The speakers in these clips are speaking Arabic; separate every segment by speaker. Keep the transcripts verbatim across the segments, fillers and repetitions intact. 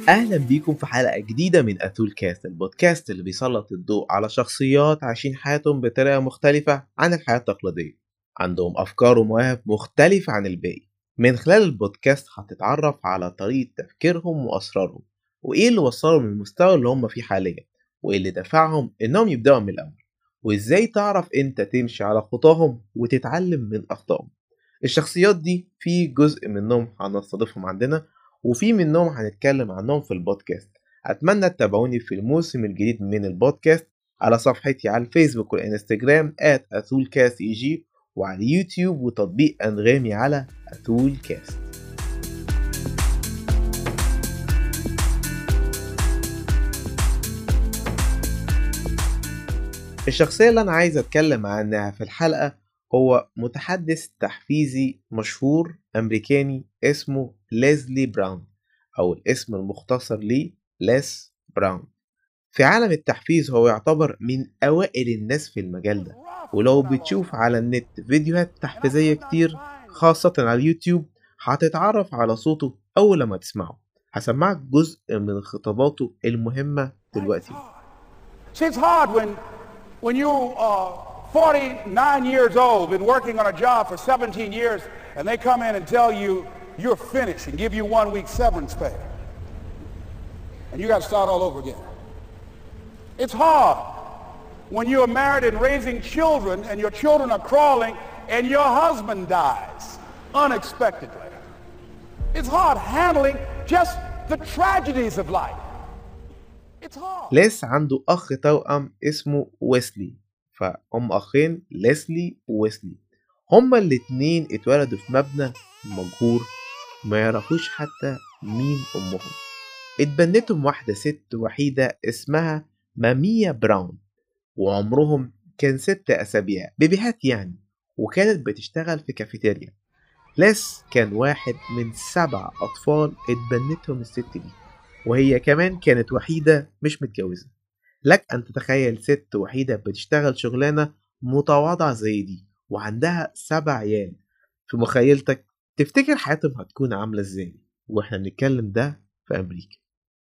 Speaker 1: أهلا بيكم في حلقة جديدة من أثول كاست، البودكاست اللي بيسلط الضوء على شخصيات عايشين حياتهم بطريقة مختلفة عن الحياة التقليدية. عندهم أفكار ومواهب مختلفة عن الباقي. من خلال البودكاست هتتعرف على طريقة تفكيرهم وأسرارهم، وإيه اللي وصلهم للمستوى اللي هم فيه حاليا، وإيه اللي دفعهم إنهم يبدأوا من الأول، وإزاي تعرف أنت تمشي على خطاهم وتتعلم من أخطائهم. الشخصيات دي في جزء منهم هنستضيفهم عندنا، وفي منهم هنتكلم عنهم في البودكاست. أتمنى تتابعوني في الموسم الجديد من البودكاست على صفحتي على الفيسبوك والإنستجرام آت أثول كاست إي جي، وعلى اليوتيوب وتطبيق أنغامي على أثول كاست. الشخصية اللي أنا عايز أتكلم عنها في الحلقة هو متحدث تحفيزي مشهور أمريكاني اسمه ليزلي براون، أو الاسم المختصر ليه ليس براون. في عالم التحفيز هو يعتبر من أوائل الناس في المجال ده، ولو بتشوف على النت فيديوهات تحفيزية كتير خاصة على اليوتيوب هتتعرف على صوته أول لما تسمعه. هسمعك جزء من خطاباته المهمة دلوقتي.
Speaker 2: It's hard when when you are forty-nine years old, been working on a job for seventeen years, and they come in and tell you you're finished and give you one week severance pay, and you got to start all over again. It's hard when you're married and raising children, and your children are crawling, and your husband dies unexpectedly. It's hard handling just the tragedies of life. It's hard.
Speaker 1: ليس عنده أخ توأم اسمه ويسلي، فهم أخين ليسلي وويسلي. هما الاتنين اتولدوا في مبنى مجهور، ما يعرفوش حتى مين أمهم. اتبنتهم واحدة ست وحيدة اسمها ماميا براون، وعمرهم كان ست أسابيع، بيبيهات يعني، وكانت بتشتغل في كافيتيريا. ليس كان واحد من سبع أطفال اتبنتهم الست دي، وهي كمان كانت وحيدة مش متجوزة. لك أن تتخيل ست وحيدة بتشتغل شغلانة متواضعة زي دي وعندها سبع عيال. في مخيلتك تفتكر حياتهم هتكون عاملة ازاي واحنا بنتكلم ده في أمريكا؟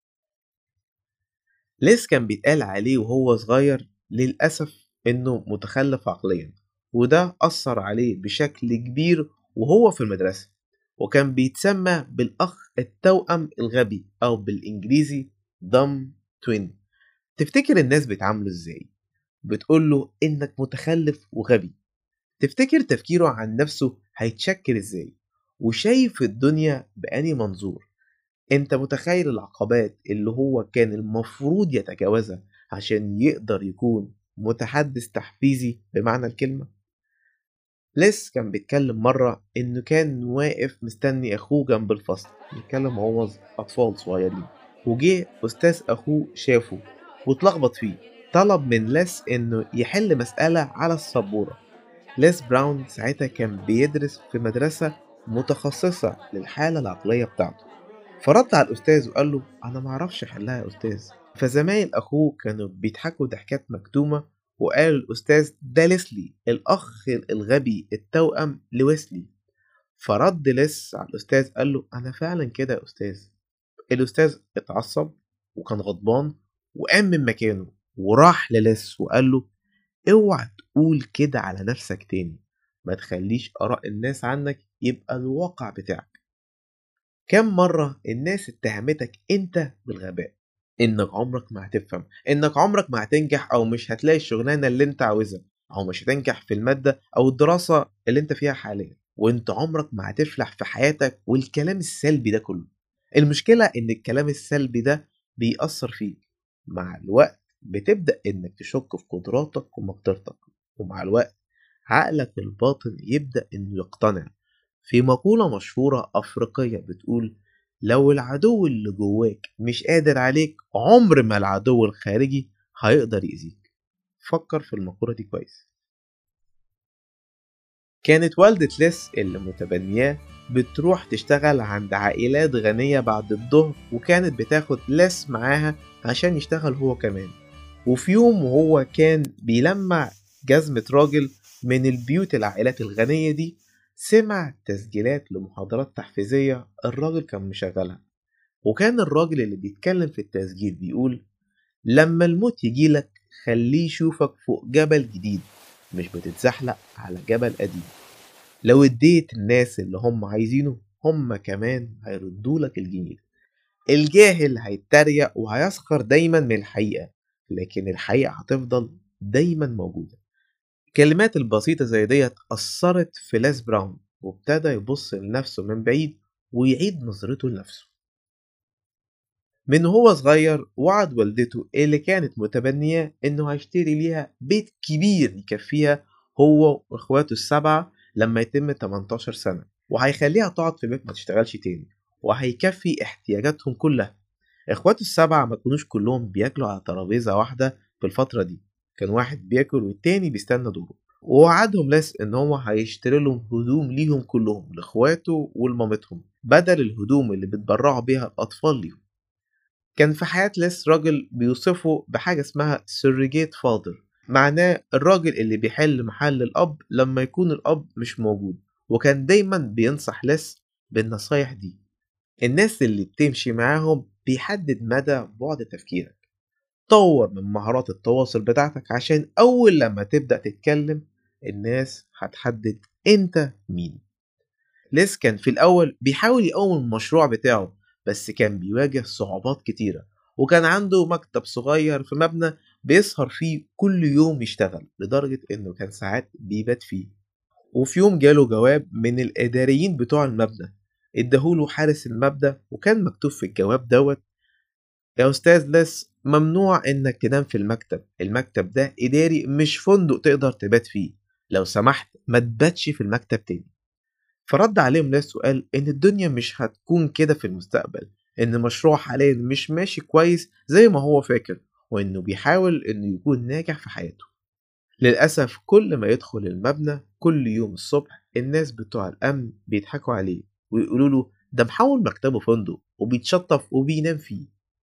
Speaker 1: ليس كان بيتقال عليه وهو صغير للأسف إنه متخلف عقليا، وده أثر عليه بشكل كبير وهو في المدرسة، وكان بيتسمى بالأخ التوأم الغبي أو بالإنجليزي dumb twin. تفتكر الناس بتعامله ازاي؟ بتقوله إنك متخلف وغبي. تفتكر تفكيره عن نفسه هيتشكل ازاي؟ وشايف الدنيا بأني منظور؟ انت متخيل العقبات اللي هو كان المفروض يتجاوزها عشان يقدر يكون متحدث تحفيزي بمعنى الكلمة؟ ليس كان بيتكلم مرة انه كان واقف مستني اخوه جنب الفصل، بيتكلم هو اطفال صغيرين، وجه استاذ اخوه شافه واتلخبط فيه، طلب من ليس انه يحل مسألة على السبورة. ليس براون ساعتها كان بيدرس في مدرسة متخصصة للحالة العقلية بتاعته، فرد على الأستاذ وقال له أنا معرفش أحلها يا أستاذ. فزمايل أخوه كانوا بيضحكوا ضحكات مكتومة، وقال الأستاذ ده ليسلي الأخ الغبي التوأم لويسلي. فرد ليس على الأستاذ قال له أنا فعلا كده يا أستاذ. الأستاذ اتعصب وكان غضبان وقام من مكانه وراح لليس وقال له اوعى تقول كده على نفسك تاني، ما تخليش آراء الناس عنك يبقى الواقع بتاعك. كم مرة الناس اتهمتك انت بالغباء، انك عمرك ما هتفهم، انك عمرك ما هتنجح، او مش هتلاقي الشغلانة اللي انت عاوزها، او مش هتنجح في المادة او الدراسة اللي انت فيها حاليا، وانت عمرك ما هتفلح في حياتك، والكلام السلبي ده كله. المشكلة ان الكلام السلبي ده بيأثر فيك. مع الوقت بتبدأ انك تشك في قدراتك ومقدرتك، ومع الوقت عقلك الباطن يبدأ انه يقتنع. في مقولة مشهورة أفريقية بتقول لو العدو اللي جواك مش قادر عليك، عمر ما العدو الخارجي هيقدر يأذيك. فكر في المقولة دي كويس. كانت والدة ليس اللي متبنياه بتروح تشتغل عند عائلات غنية بعد الظهر، وكانت بتاخد ليس معاها عشان يشتغل هو كمان. وفي يوم وهو كان بيلمع جزمة راجل من البيوت العائلات الغنية دي، سمع تسجيلات لمحاضرات تحفيزية الراجل كان مشغلها، وكان الراجل اللي بيتكلم في التسجيل بيقول: لما الموت يجيلك خليه يشوفك فوق جبل جديد، مش بتتزحلق على جبل قديم. لو اديت الناس اللي هم عايزينه، هم كمان هيردولك الجميل. الجاهل هيتريق وهيسخر دايما من الحقيقة، لكن الحقيقة هتفضل دايما موجودة. الكلمات البسيطة زي ديت أثرت في ليس براون، وابتدى يبص لنفسه من بعيد ويعيد نظرته لنفسه. من هو صغير وعد والدته اللي كانت متبنية انه هيشتري ليها بيت كبير يكفيها هو واخواته السبعة لما يتم تمنتاشر سنة، وهيخليها تقعد في بيت ما تشتغلش تاني، وهيكفي احتياجاتهم كلها. اخواته السبعة ما كانوش كلهم بياكلوا على ترابيزة واحدة في الفترة دي، كان واحد بياكل والتاني بيستنى دوره. ووعدهم ليس ان هو هيشتري لهم هدوم ليهم كلهم، لاخواته ولمامتهم، بدل الهدوم اللي بتبرعوا بيها الاطفال ليهم. كان في حياة ليس راجل بيوصفه بحاجة اسمها سيرجيت فاذر، معناه الراجل اللي بيحل محل الأب لما يكون الأب مش موجود، وكان دايما بينصح ليس بالنصايح دي. الناس اللي بتمشي معاهم بيحدد مدى بعد تفكيرك. طور من مهارات التواصل بتاعتك عشان أول لما تبدأ تتكلم الناس هتحدد أنت مين. ليس كان في الأول بيحاول يقوم المشروع بتاعه، بس كان بيواجه صعوبات كتيرة، وكان عنده مكتب صغير في مبنى بيسهر فيه كل يوم يشتغل، لدرجة إنه كان ساعات بيبات فيه. وفي يوم جاله جواب من الإداريين بتوع المبنى، اداهوله حارس المبنى، وكان مكتوب في الجواب دوت: يا أستاذ ليس، ممنوع إنك تنام في المكتب، المكتب ده إداري مش فندق تقدر تبات فيه، لو سمحت ما تباتش في المكتب تاني. فرد عليهم ناس وقال إن الدنيا مش هتكون كده في المستقبل، إن المشروع حاليا مش ماشي كويس زي ما هو فاكر، وإنه بيحاول إنه يكون ناجح في حياته. للأسف كل ما يدخل المبنى كل يوم الصبح الناس بتوع الأمن بيضحكوا عليه ويقولوا له ده محول مكتبه فندق وبيتشطف وبينام فيه.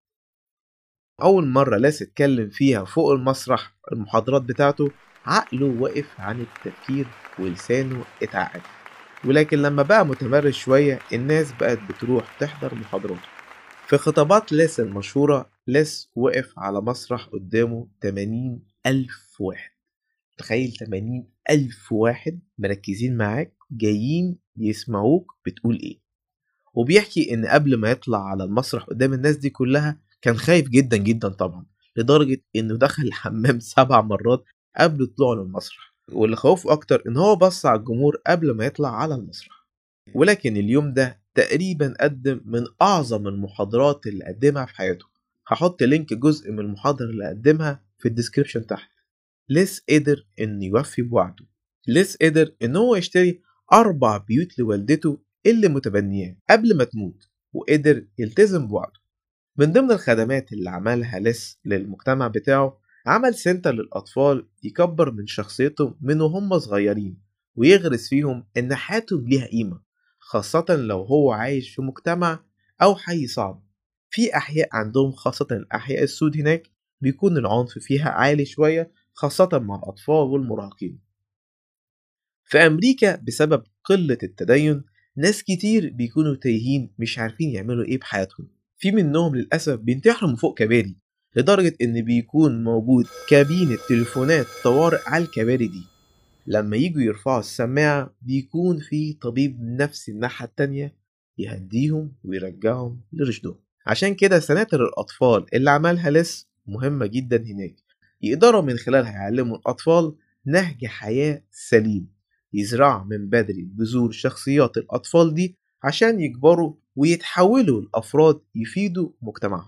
Speaker 1: أول مرة لاس اتكلم فيها فوق المسرح المحاضرات بتاعته، عقله وقف عن التفكير ولسانه اتعقد، ولكن لما بقى متمرس شوية الناس بقت بتروح تحضر محاضراته. في خطابات لاس المشهورة، لاس وقف على مسرح قدامه تمانين ألف واحد. تخيل تمانين ألف واحد مركزين معاك جايين يسمعوك بتقول ايه. وبيحكي ان قبل ما يطلع على المسرح قدام الناس دي كلها كان خايف جدا جدا طبعا، لدرجة انه دخل الحمام سبع مرات قبل طلوعه للمسرح، واللي خوفه اكتر ان هو بص على الجمهور قبل ما يطلع على المسرح. ولكن اليوم ده تقريبا قدم من اعظم المحاضرات اللي قدمها في حياته. هحط لينك جزء من المحاضرة اللي قدمها في الديسكريبشن تحت. ليس قدر انه يوفي بوعده. ليس قدر ان هو يشتري اربع بيوت لوالدته اللي متبنياه قبل ما تموت، وقدر يلتزم بوعده. من ضمن الخدمات اللي عملها ليس للمجتمع بتاعه، عمل سنتر للأطفال يكبر من شخصيتهم من وهم صغيرين، ويغرس فيهم إن حياتهم ليها قيمة، خاصة لو هو عايش في مجتمع أو حي صعب. في أحياء عندهم، خاصة الأحياء السود هناك، بيكون العنف فيها عالي شوية، خاصة مع الأطفال والمراهقين. في أمريكا بسبب قلة التدين ناس كتير بيكونوا تايهين مش عارفين يعملوا إيه بحياتهم. في منهم للأسف بينتحروا من فوق كباري، لدرجة إن بيكون موجود كابينة تليفونات طوارئ على الكباري دي. لما يجوا يرفعوا السماعة بيكون في طبيب نفسي الناحية التانية يهديهم ويرجعهم لرشدهم. عشان كده سناتر الأطفال اللي عملها ليس مهمة جدا هناك، يقدروا من خلالها يعلموا الأطفال نهج حياة سليم، يزرعوا من بدري بذور شخصيات الأطفال دي عشان يكبروا ويتحولوا لأفراد يفيدوا مجتمعهم.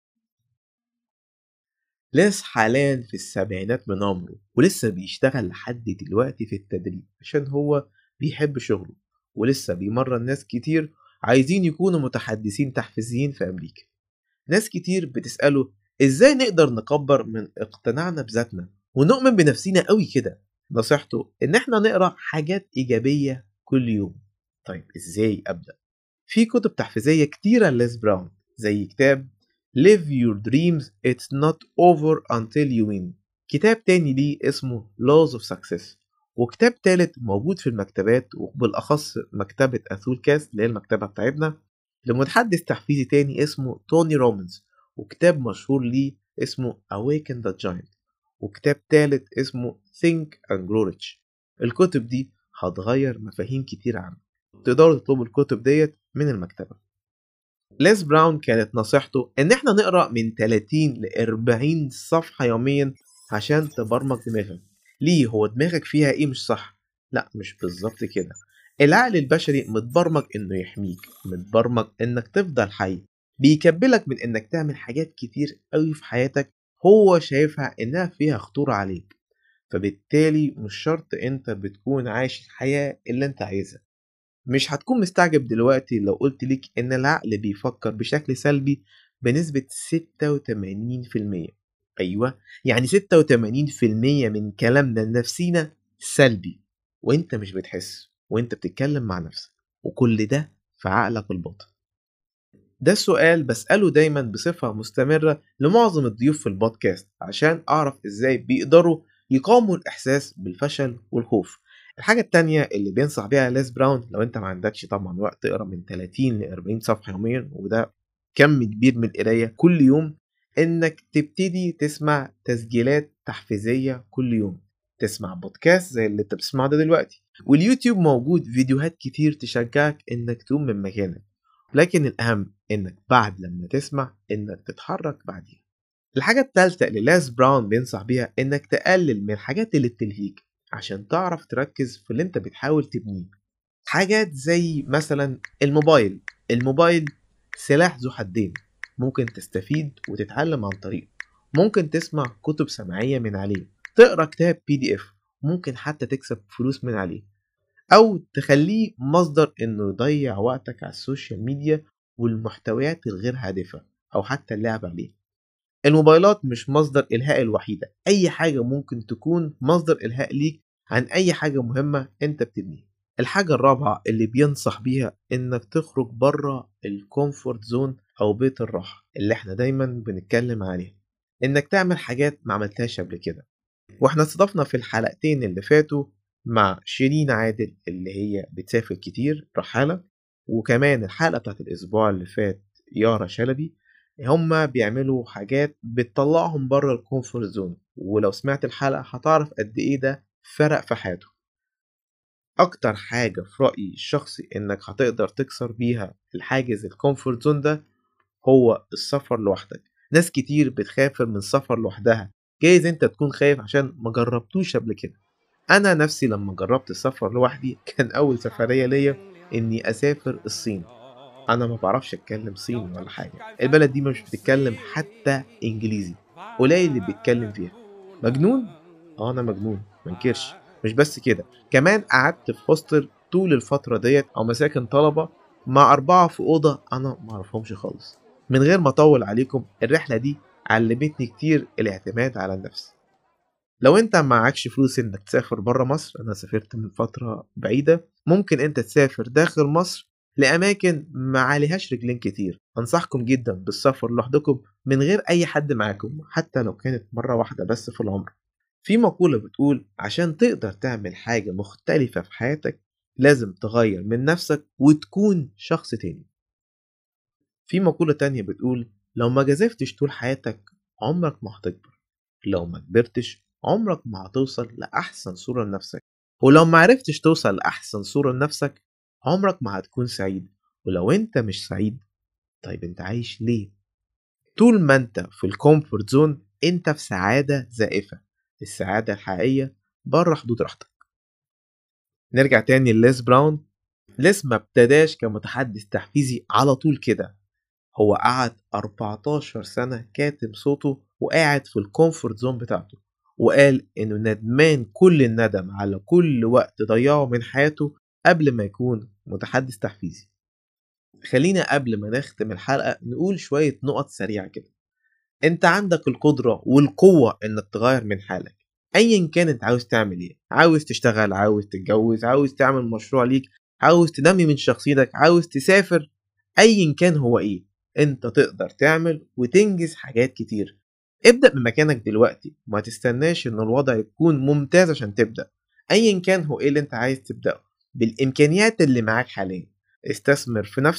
Speaker 1: ليس حاليا في السبعينات من عمره، ولسه بيشتغل لحد دلوقتي في التدريب عشان هو بيحب شغله، ولسه بيمرن ناس كتير عايزين يكونوا متحدثين تحفيزيين في أمريكا. ناس كتير بتسأله ازاي نقدر نكبر من اقتناعنا بذاتنا ونؤمن بنفسنا قوي كده. نصيحته ان احنا نقرأ حاجات ايجابية كل يوم. طيب ازاي ابدأ؟ في كتب تحفيزية كتيرة لليس براون، زي كتاب Live Your Dreams It's Not Over Until You Win، كتاب تاني ليه اسمه Laws of Success، وكتاب تالت موجود في المكتبات وبالأخص مكتبة أثول كاست اللي هي المكتبة بتاعتنا لمتحدث تحفيزي تاني اسمه توني روبنز، وكتاب مشهور ليه اسمه Awaken the Giant، وكتاب تالت اسمه Think and Grow Rich. الكتب دي هتغير مفاهيم كتير عنك. تقدروا تطلبوا الكتب ديت من المكتبة. ليز براون كانت نصيحته ان احنا نقرأ من ثلاثين ل أربعين صفحة يوميا عشان تبرمج دماغك. ليه؟ هو دماغك فيها ايه مش صح؟ لا، مش بالظبط كده. العقل البشري متبرمج انه يحميك، متبرمج انك تفضل حي، بيكبلك من انك تعمل حاجات كتير قوي في حياتك هو شايفها انها فيها خطورة عليك، فبالتالي مش شرط انت بتكون عايش الحياة اللي انت عايزها. مش هتكون مستعجب دلوقتي لو قلت لك ان العقل بيفكر بشكل سلبي بنسبة ستة وثمانين في المية. ايوه، يعني ستة وثمانين في المية من كلامنا لنفسينا سلبي، وانت مش بتحس، وانت بتتكلم مع نفسك، وكل ده في عقلك الباطن. ده السؤال بسأله دايما بصفة مستمرة لمعظم الضيوف في البودكاست عشان أعرف إزاي بيقدروا يقاوموا الإحساس بالفشل والخوف. الحاجة التانية اللي بينصح بيها ليز براون، لو أنت ما عندكش طبعا وقت تقرأ من ثلاثين ل أربعين صفحة يوميا، وده كم كبير من القراية كل يوم، إنك تبتدي تسمع تسجيلات تحفيزية كل يوم، تسمع بودكاست زي اللي أنت بتسمعه ده دلوقتي، واليوتيوب موجود فيديوهات كتير تشجعك إنك تقوم من مكانك. لكن الأهم إنك بعد لما تسمع إنك تتحرك بعديها. الحاجة التالتة اللي ليز براون بينصح بيها إنك تقلل من الحاجات اللي بتلهيك عشان تعرف تركز في اللي انت بتحاول تبنيه. حاجات زي مثلا الموبايل. الموبايل سلاح ذو حدين، ممكن تستفيد وتتعلم عن طريقه، ممكن تسمع كتب سمعية من عليه، تقرأ كتاب بي دي اف، ممكن حتى تكسب فلوس من عليه، أو تخليه مصدر إنه يضيع وقتك على السوشيال ميديا والمحتويات الغير هادفة أو حتى اللعب عليه. الموبايلات مش مصدر إلهاء الوحيدة، أي حاجة ممكن تكون مصدر إلهاء ليك عن أي حاجة مهمة أنت بتبنيها. الحاجة الرابعة اللي بينصح بيها إنك تخرج بره الكومفورت زون أو بيت الراحة اللي احنا دايما بنتكلم عليها، إنك تعمل حاجات ما عملتهاش قبل كده. واحنا استضفنا في الحلقتين اللي فاتوا مع شيرين عادل اللي هي بتسافر كتير رحالة، وكمان الحلقة بتاعت الأسبوع اللي فات يارا شلبي. هما بيعملوا حاجات بتطلعهم بره الكومفورت زون، ولو سمعت الحلقة هتعرف قد ايه ده فرق في حياته. اكتر حاجة في رأيي الشخصي انك هتقدر تكسر بيها الحاجز الكومفورت زون ده هو السفر لوحدك. ناس كتير بتخافر من السفر لوحدها، جايز انت تكون خايف عشان ما جربتوش قبل كده. انا نفسي لما جربت السفر لوحدي كان اول سفرية ليا اني اسافر الصين. انا ما بعرفش اتكلم صيني ولا حاجة، البلد دي مش بتتكلم حتى انجليزي، قليل اللي بيتكلم فيها. مجنون؟ اه انا مجنون منكرش. مش بس كده، كمان قعدت في هوستل طول الفترة ديت او مساكن طلبة مع اربعة في اوضة انا معرفهمش خالص. من غير ما اطول عليكم، الرحلة دي علمتني كتير الاعتماد على النفس. لو انت معكش فلوس انك تسافر برا مصر، انا سافرت من فترة بعيدة، ممكن انت تسافر داخل مصر لأماكن ما عليهاش رجلين كتير. أنصحكم جدا بالسفر لوحدكم من غير أي حد معاكم، حتى لو كانت مرة واحدة بس في العمر. في مقولة بتقول عشان تقدر تعمل حاجة مختلفة في حياتك لازم تغير من نفسك وتكون شخص تاني. في مقولة تانية بتقول لو ما جازفتش طول حياتك عمرك ما هتكبر، لو ما كبرتش عمرك ما هتوصل لأحسن صورة لنفسك، ولو ما عرفتش توصل لأحسن صورة لنفسك عمرك ما هتكون سعيد. ولو انت مش سعيد، طيب انت عايش ليه؟ طول ما انت في الكومفورت زون انت في سعادة زائفة. السعادة الحقيقية بره حدود راحتك. نرجع تاني لليز براون. ليز ما ابتداش كمتحدث تحفيزي على طول كده، هو قعد أربعتاشر سنة كاتم صوته وقاعد في الكومفورت زون بتاعته، وقال انه ندمان كل الندم على كل وقت ضيعه من حياته قبل ما يكون متحدث تحفيزي. خلينا قبل ما نختم الحلقة نقول شوية نقط سريعة كده. انت عندك القدرة والقوة انك تغير من حالك ايا كان انت عاوز تعمل ايه. عاوز تشتغل، عاوز تتجوز، عاوز تعمل مشروع ليك، عاوز تنمي من شخصيتك، عاوز تسافر، ايا كان هو ايه انت تقدر تعمل وتنجز حاجات كتير. ابدأ بمكانك دلوقتي، ما تستناش ان الوضع يكون ممتاز عشان تبدأ. ايا كان هو ايه اللي انت عايز تبدأه بالامكانيات اللي معاك حاليا. استثمر في نفسك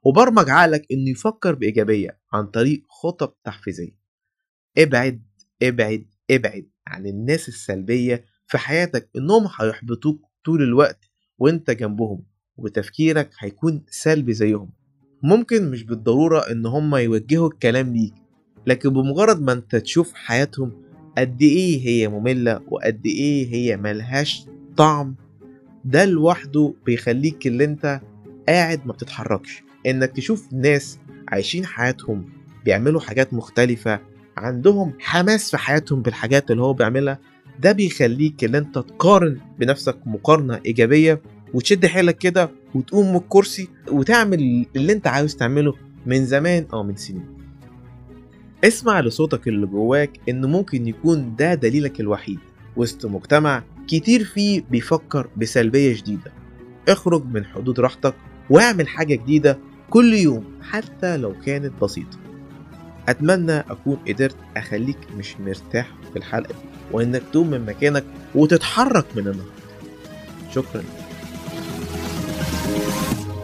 Speaker 1: وبرمج عقلك انه يفكر بإيجابية عن طريق خطط تحفيزية. ابعد ابعد ابعد عن الناس السلبية في حياتك، انهم هيحبطوك طول الوقت وانت جنبهم، وتفكيرك هيكون سلبي زيهم. ممكن مش بالضرورة ان هم يوجهوا الكلام ليك، لكن بمجرد ما انت تشوف حياتهم قد ايه هي مملة وقد ايه هي ملهاش طعم، ده لوحده بيخليك اللي انت قاعد ما بتتحركش. انك تشوف ناس عايشين حياتهم بيعملوا حاجات مختلفة، عندهم حماس في حياتهم بالحاجات اللي هو بيعملها، ده بيخليك اللي انت تقارن بنفسك مقارنة ايجابية، وتشد حيلك كده وتقوم من الكرسي وتعمل اللي انت عاوز تعمله من زمان او من سنين. اسمع لصوتك اللي جواك، انه ممكن يكون ده دليلك الوحيد وسط مجتمع كتير فيه بيفكر بسلبية شديدة. اخرج من حدود راحتك واعمل حاجة جديدة كل يوم حتى لو كانت بسيطة. اتمنى اكون قدرت اخليك مش مرتاح في الحلقة دي، وانك تقوم من مكانك وتتحرك من النهاردة. شكرا.